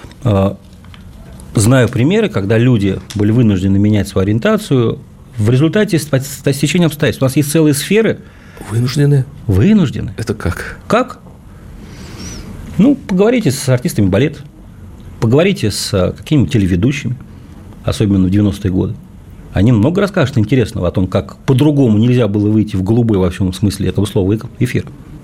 Speaker 3: знаю примеры, когда люди были вынуждены менять свою ориентацию в результате стечения обстоятельств. У нас есть целые сферы.
Speaker 2: Вынуждены?
Speaker 3: Вынуждены.
Speaker 2: Это как?
Speaker 3: Как? Поговорите с артистами балета, поговорите с какими-нибудь телеведущими, особенно в 90-е годы. Они много расскажут интересного о том, как по-другому нельзя было выйти в голубой во всем смысле этого слова эфир.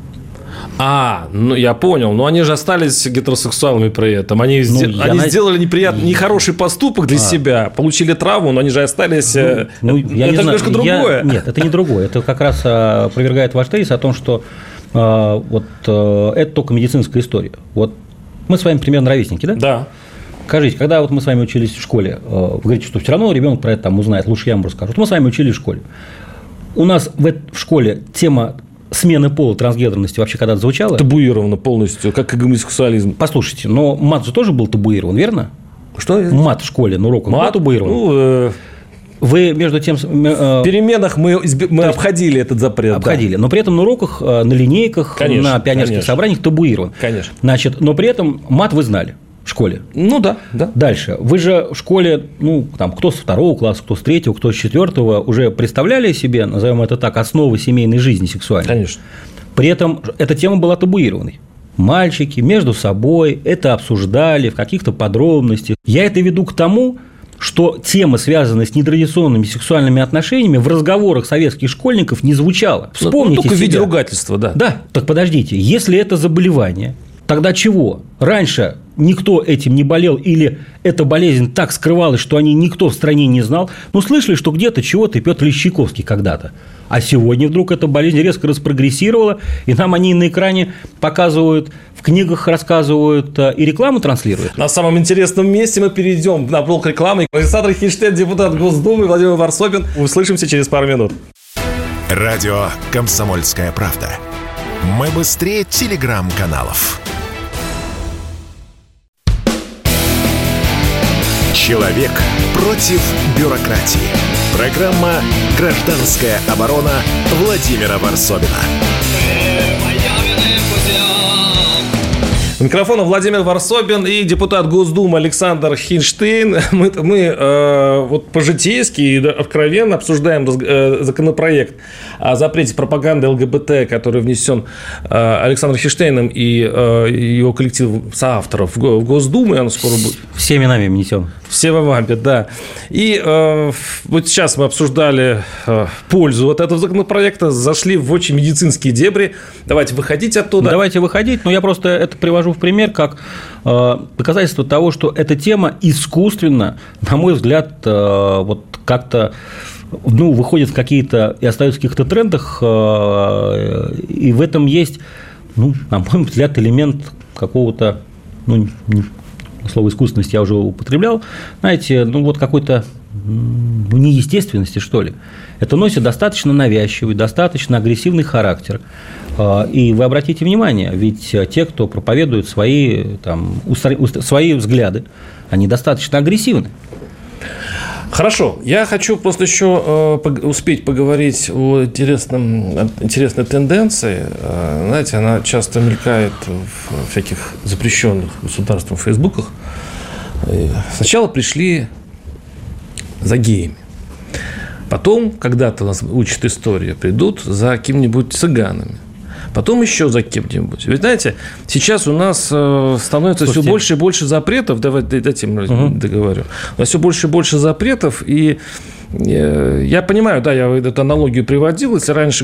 Speaker 2: Я понял. Но они же остались гетеросексуалами при этом. Они сделали нехороший поступок для себя, получили травму, но они же остались... это немножко другое.
Speaker 3: Нет, это не другое. Это как раз опровергает ваш тезис о том, что это только медицинская история. Мы с вами примерно ровесники, да?
Speaker 2: Да.
Speaker 3: Скажите, когда мы с вами учились в школе, вы говорите, что все равно ребенок про это узнает, лучше я ему расскажу. Мы с вами учились в школе. У нас в школе тема смены пола, трансгендерности вообще когда-то звучала?
Speaker 2: Табуировано полностью, как и гомосексуализм.
Speaker 3: Послушайте, но мат же тоже был табуирован, верно?
Speaker 2: Что?
Speaker 3: Мат в школе на уроках был табуирован? Вы между тем...
Speaker 2: В переменах мы обходили этот запрет.
Speaker 3: Обходили. Да. Но при этом на уроках, на линейках, на пионерских собраниях табуирован.
Speaker 2: Конечно.
Speaker 3: Но при этом мат вы знали в школе.
Speaker 2: Да.
Speaker 3: Дальше. Вы же в школе, кто с 2 класса, кто с 3, кто с 4 уже представляли себе, назовем это так, основы семейной жизни сексуальной.
Speaker 2: Конечно.
Speaker 3: При этом эта тема была табуированной. Мальчики между собой это обсуждали в каких-то подробностях. Я это веду к тому, что тема, связанная с нетрадиционными сексуальными отношениями, в разговорах советских школьников не звучала. Вспомните
Speaker 2: только
Speaker 3: себя.
Speaker 2: в виде ругательства, да.
Speaker 3: Да, так подождите, если это заболевание, тогда чего? Раньше никто этим не болел или эта болезнь так скрывалась, что никто в стране не знал. Слышали, что где-то чего-то Петр Ильич Чайковский когда-то. А сегодня вдруг эта болезнь резко распрогрессировала, и нам они на экране показывают, в книгах рассказывают и рекламу транслируют.
Speaker 2: На самом интересном месте мы перейдем на блок рекламы. Александр Хинштейн, депутат Госдумы, Владимир Варсобин. Услышимся через пару минут.
Speaker 1: Радио «Комсомольская правда». Мы быстрее телеграм-каналов. Человек против бюрократии. Программа «Гражданская оборона» Владимира Варсобина.
Speaker 2: У микрофона Владимир Варсобин и депутат Госдумы Александр Хинштейн. Мы вот по-житейски и откровенно обсуждаем законопроект о запрете пропаганды ЛГБТ, который внесен Александром Хинштейном и его коллективом соавторов в Госдуму. Он скоро будет.
Speaker 3: Всеми нами внесен.
Speaker 2: Всеми вами, да. И вот сейчас мы обсуждали пользу от этого законопроекта, зашли в очень медицинские дебри. Давайте выходить оттуда.
Speaker 3: Давайте выходить, но я просто это привожу в пример как доказательство того, что эта тема искусственно, на мой взгляд, вот как-то выходит в какие-то и остается в каких-то трендах, и в этом есть, на мой взгляд, элемент какого-то, слово искусственность я уже употреблял, знаете, вот какой-то неестественности, что ли. Это носит достаточно навязчивый, достаточно агрессивный характер. И вы обратите внимание, ведь те, кто проповедует свои взгляды, они достаточно агрессивны.
Speaker 2: Хорошо, я хочу просто еще успеть поговорить о интересной тенденции. Знаете, она часто мелькает в всяких запрещенных государством фейсбуках. Сначала пришли за геями. Потом, когда-то нас учат историю, придут за какими-нибудь цыганами. Потом еще за кем-нибудь. Ведь, знаете, сейчас у нас становится все больше и больше запретов. Дайте мне договорю. У нас все больше и больше запретов. И я понимаю, да, я эту аналогию приводил. Если раньше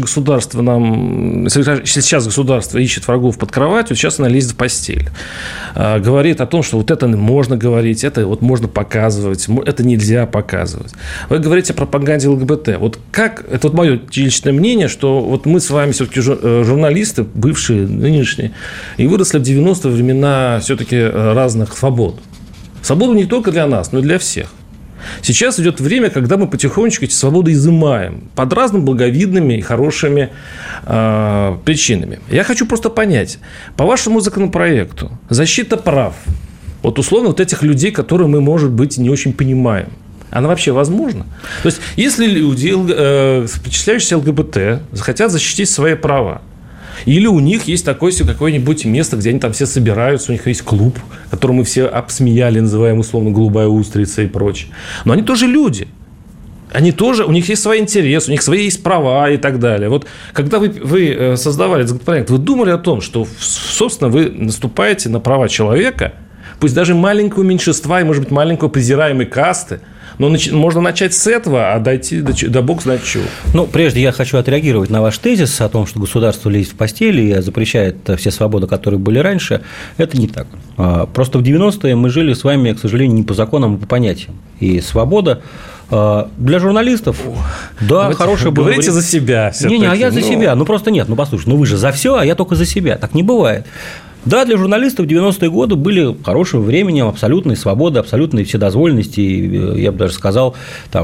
Speaker 2: сейчас государство ищет врагов под кроватью, сейчас она лезет в постель. Говорит о том, что вот это можно говорить, это вот можно показывать, это нельзя показывать. Вы говорите о пропаганде ЛГБТ. Вот как, это вот мое личное мнение, что вот мы с вами все-таки журналисты, бывшие, нынешние, и выросли в 90-е времена все-таки разных свобод. Свободу не только для нас, но и для всех. Сейчас идет время, когда мы потихонечку эти свободы изымаем под разными благовидными и хорошими причинами. Я хочу просто понять, по вашему законопроекту защита прав, вот условно вот этих людей, которые мы, может быть, не очень понимаем, она вообще возможна? То есть, если люди, причисляющиеся ЛГБТ, захотят защитить свои права, или у них есть какое-нибудь место, где они там все собираются, у них есть клуб, который мы все обсмеяли, называем условно «голубая устрица» и прочее. Но они тоже люди. Они тоже, у них есть свои интересы, у них свои есть права и так далее. Вот когда вы создавали этот проект, вы думали о том, что, собственно, вы наступаете на права человека, пусть даже маленького меньшинства и, может быть, маленького презираемой касты, но можно начать с этого, а дойти до бог знает чего.
Speaker 3: Прежде я хочу отреагировать на ваш тезис о том, что государство лезет в постель и запрещает все свободы, которые были раньше. Это не так. Просто в 90-е мы жили с вами, к сожалению, не по законам, а по понятиям. И свобода для журналистов, да, хорошая была.
Speaker 2: Говорите за себя.
Speaker 3: Не, я за себя. Просто нет. Послушай, вы же за все, а я только за себя. Так не бывает. Да, для журналистов 90-е годы были хорошим временем абсолютной свободы, абсолютной вседозволенности, я бы даже сказал,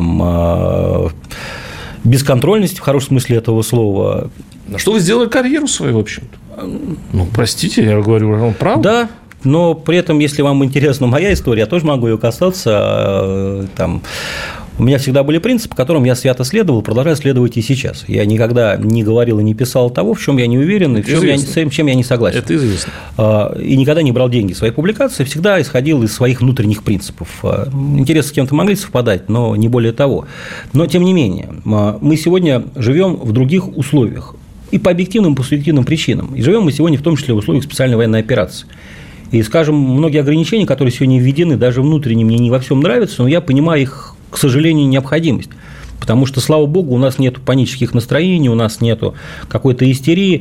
Speaker 3: бесконтрольности в хорошем смысле этого слова.
Speaker 2: На что вы сделали карьеру свою, в общем-то? Простите, я говорю, правда?
Speaker 3: Да, но при этом, если вам интересна моя история, я тоже могу ее касаться. У меня всегда были принципы, которым я свято следовал, продолжаю следовать и сейчас. Я никогда не говорил и не писал того, в чем я не уверен, и с чем я не согласен.
Speaker 2: Это известно.
Speaker 3: И никогда не брал деньги в свои публикации, всегда исходил из своих внутренних принципов. Интересы с кем-то могли совпадать, но не более того. Но, тем не менее, мы сегодня живем в других условиях. И по объективным, и по субъективным причинам. И живем мы сегодня в том числе в условиях специальной военной операции. И, скажем, многие ограничения, которые сегодня введены, даже внутренне мне не во всем нравятся, но я понимаю их, к сожалению, необходимость. Потому что, слава богу, у нас нет панических настроений, у нас нет какой-то истерии,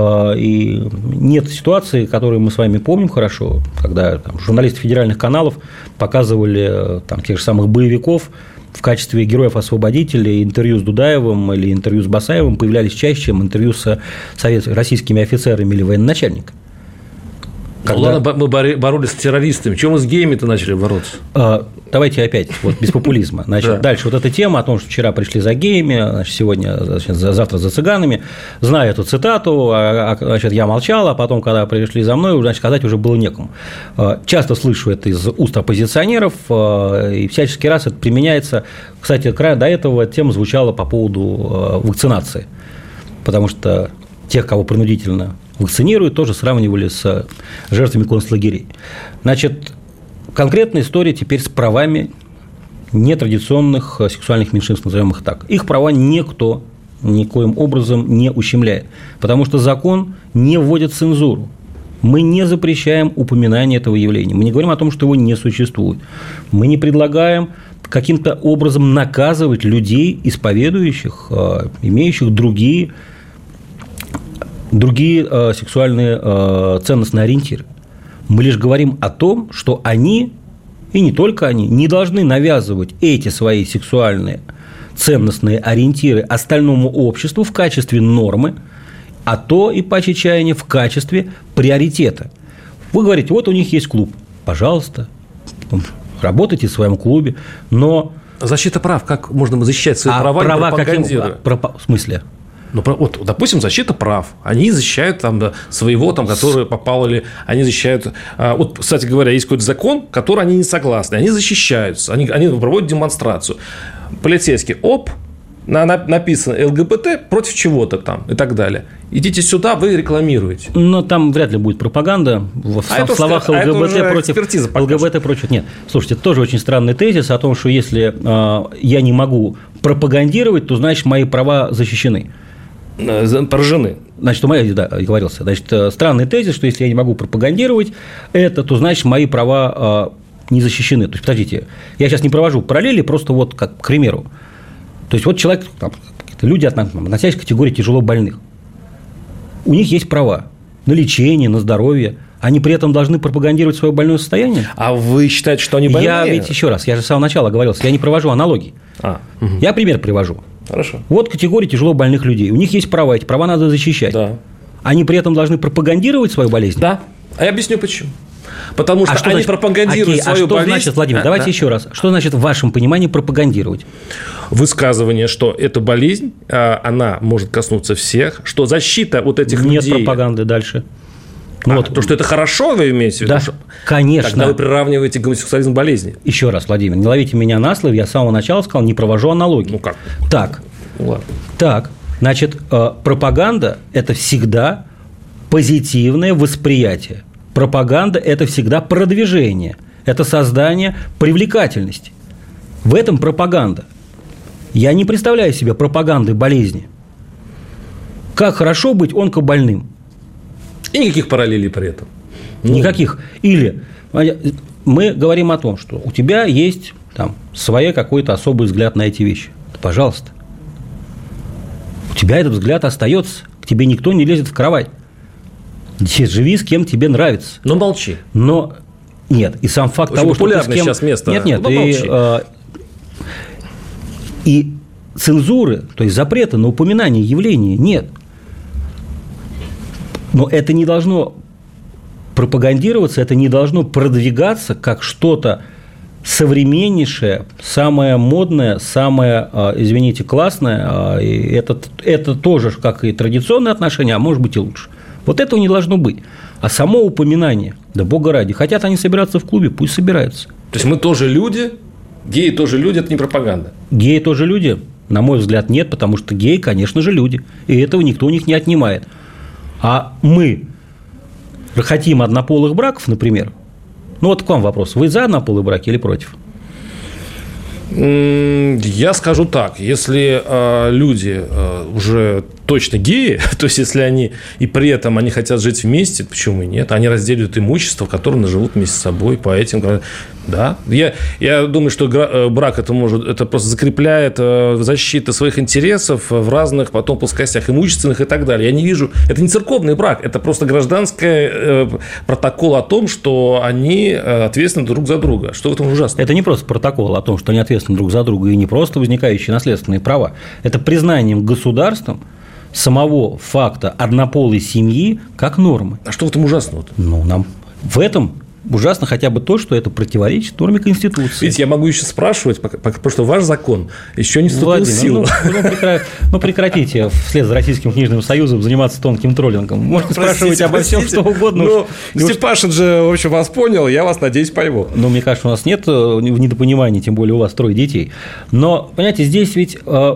Speaker 3: и нет ситуации, которую мы с вами помним хорошо, когда журналисты федеральных каналов показывали тех же самых боевиков в качестве героев-освободителей, интервью с Дудаевым или интервью с Басаевым появлялись чаще, чем интервью с российскими офицерами или военачальниками.
Speaker 2: Ладно, мы боролись с террористами. Чего мы с геями-то начали бороться?
Speaker 3: Давайте опять, без популизма. Значит, дальше эта тема о том, что вчера пришли за геями, завтра за цыганами. Знаю эту цитату, я молчал, а потом, когда пришли за мной, сказать уже было некому. Часто слышу это из уст оппозиционеров, и всяческий раз это применяется. Кстати, до этого тема звучала по поводу вакцинации, потому что тех, кого принудительно вакцинируют, тоже сравнивали с жертвами концлагерей. Значит, конкретная история теперь с правами нетрадиционных сексуальных меньшинств, назовем их так. Их права никто никоим образом не ущемляет, потому что закон не вводит цензуру. Мы не запрещаем упоминание этого явления, мы не говорим о том, что его не существует. Мы не предлагаем каким-то образом наказывать людей, исповедующих, имеющих другие сексуальные ценностные ориентиры. Мы лишь говорим о том, что они, и не только они, не должны навязывать эти свои сексуальные ценностные ориентиры остальному обществу в качестве нормы, а то и по чаяния в качестве приоритета. Вы говорите, вот у них есть клуб, пожалуйста, работайте в своем клубе, но…
Speaker 2: Защита прав, как можно защищать свои права не пропагандируя?
Speaker 3: В смысле?
Speaker 2: Ну, вот, допустим, защита прав. Они защищают там, своего, там, который попал, или они защищают… Вот, кстати говоря, есть какой-то закон, который они не согласны. Они защищаются, они проводят демонстрацию. Полицейский, написано ЛГБТ против чего-то там и так далее. Идите сюда, вы рекламируете.
Speaker 3: Но там вряд ли будет пропаганда. В словах ЛГБТ против ЛГБТ против. Нет. Слушайте, это тоже очень странный тезис о том, что если я не могу пропагандировать, то значит мои права защищены.
Speaker 2: Поражены.
Speaker 3: Значит, говорился. Значит, странный тезис, что если я не могу пропагандировать это, то значит мои права не защищены. То есть, подождите, я сейчас не провожу параллели, просто вот как к примеру. То есть, вот человек, люди, относящиеся к категории тяжело больных, у них есть права на лечение, на здоровье. Они при этом должны пропагандировать свое больное состояние.
Speaker 2: А вы считаете, что они больные?
Speaker 3: Еще раз, я же с самого начала оговорился, я не провожу аналогий. Я пример привожу.
Speaker 2: Хорошо.
Speaker 3: Вот категория тяжело больных людей. У них есть права, эти права надо защищать.
Speaker 2: Да.
Speaker 3: Они при этом должны пропагандировать свою болезнь?
Speaker 2: Да. А я объясню почему. Потому что они пропагандируют свою болезнь.
Speaker 3: Значит, Владимир, давайте еще раз. Что значит в вашем понимании пропагандировать?
Speaker 2: Высказывание, что эта болезнь, она может коснуться всех, что защита вот этих людей…
Speaker 3: Нет пропаганды дальше.
Speaker 2: То, что это хорошо, вы имеете в виду?
Speaker 3: Да, конечно.
Speaker 2: Тогда вы приравниваете гомосексуализм к болезни.
Speaker 3: Еще раз, Владимир, не ловите меня на слове, я с самого начала сказал, не провожу аналогии.
Speaker 2: Ну как?
Speaker 3: Так.
Speaker 2: Ладно.
Speaker 3: Так. Значит, пропаганда – это всегда позитивное восприятие. Пропаганда – это всегда продвижение, это создание привлекательности. В этом пропаганда. Я не представляю себе пропаганды болезни. Как хорошо быть онкобольным.
Speaker 2: И никаких параллелей при этом.
Speaker 3: Никаких. Или мы говорим о том, что у тебя есть там свой какой-то особый взгляд на эти вещи. Да, пожалуйста. У тебя этот взгляд остается. К тебе никто не лезет в кровать. Живи с кем тебе нравится.
Speaker 2: Но молчи.
Speaker 3: Но нет. И сам факт
Speaker 2: очень
Speaker 3: того, что
Speaker 2: популярное сейчас место.
Speaker 3: Нет. И цензуры, то есть запрета на упоминание явления нет. Но это не должно пропагандироваться, это не должно продвигаться как что-то современнейшее, самое модное, самое, извините, классное. И это тоже, как и традиционные отношения, а может быть и лучше. Вот этого не должно быть. А само упоминание, да бога ради, хотят они собираться в клубе, пусть собираются.
Speaker 2: То есть мы тоже люди, геи тоже люди, это не пропаганда?
Speaker 3: Геи тоже люди? На мой взгляд, нет, потому что геи, конечно же, люди. И этого никто у них не отнимает. А мы хотим однополых браков, например. Ну, вот к вам вопрос. Вы за однополые браки или против?
Speaker 2: Я скажу так. Если люди уже точно геи, то есть, если они и при этом они хотят жить вместе, почему и нет? Они разделят имущество, которое наживут вместе с собой по этим. Да. Я думаю, что брак это просто закрепляет защиту своих интересов в разных потом плоскостях имущественных и так далее. Я не вижу. Это не церковный брак, это просто гражданский протокол о том, что они ответственны друг за друга. Что в этом ужасно?
Speaker 3: Это не просто протокол о том, что они ответственны друг за друга, и не просто возникающие наследственные права. Это признанием государством самого факта однополой семьи как нормы.
Speaker 2: А что в этом ужасного?
Speaker 3: Ну, нам в этом ужасно хотя бы то, что это противоречит норме Конституции.
Speaker 2: Видите, я могу еще спрашивать, потому что ваш закон еще не вступил в силу.
Speaker 3: Ну, прекратите вслед за Российским книжным союзом заниматься тонким троллингом. Можете спрашивать обо всем, что угодно.
Speaker 2: Ну, Степашин же, в общем, вас понял, я вас, надеюсь, пойму.
Speaker 3: Ну, мне кажется, у нас нет недопонимания, тем более у вас 3 детей. Но, понимаете, здесь ведь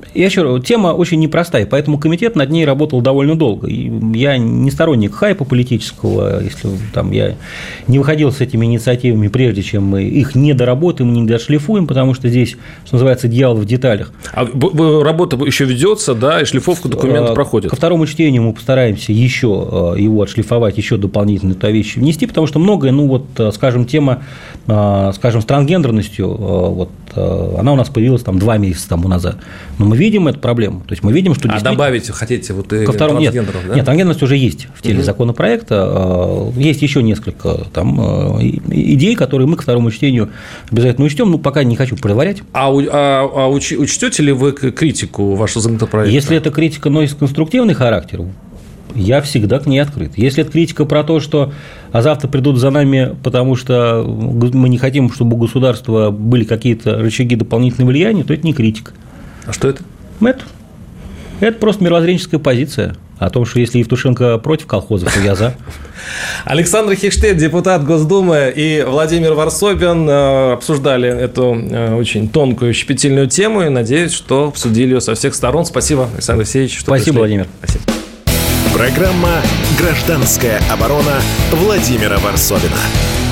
Speaker 3: Я еще раз, тема очень непростая, поэтому комитет над ней работал довольно долго. И я не сторонник хайпа политического, если там я не выходил с этими инициативами, прежде чем мы их не доработаем, не дошлифуем, потому что здесь, что называется, дьявол в деталях.
Speaker 2: А работа еще ведется, да, и шлифовка документов проходит?
Speaker 3: Ко второму чтению мы постараемся еще его отшлифовать, еще дополнительно туда вещи внести, потому что многое, ну вот, скажем, тема, скажем, с трансгендерностью, вот, она у нас появилась там 2 месяца тому назад. Но мы видим эту проблему. То есть мы видим, что
Speaker 2: добавить хотите вот
Speaker 3: ко второму
Speaker 2: трансгендеров, да?
Speaker 3: Нет, трансгендерность уже есть в теле законопроекта. Есть еще несколько там идей, которые мы ко второму чтению обязательно учтем. Ну, пока не хочу предварять.
Speaker 2: Учтете ли вы критику вашего законопроекта?
Speaker 3: Если эта критика носит конструктивный характер, я всегда к ней открыт. Если это критика про то, что завтра придут за нами, потому что мы не хотим, чтобы у государства были какие-то рычаги дополнительного влияния, то это не критика.
Speaker 2: А что это?
Speaker 3: Это просто мировоззренческая позиция о том, что если Евтушенко против колхозов, то я за.
Speaker 2: Александр Хикштейн, депутат Госдумы, и Владимир Варсобин обсуждали эту очень тонкую, щепетильную тему, и надеюсь, что обсудили ее со всех сторон. Спасибо, Александр Алексеевич, что
Speaker 3: Спасибо,
Speaker 2: пришли.
Speaker 3: Владимир.
Speaker 2: Спасибо.
Speaker 1: Программа «Гражданская оборона» Владимира Варсобина.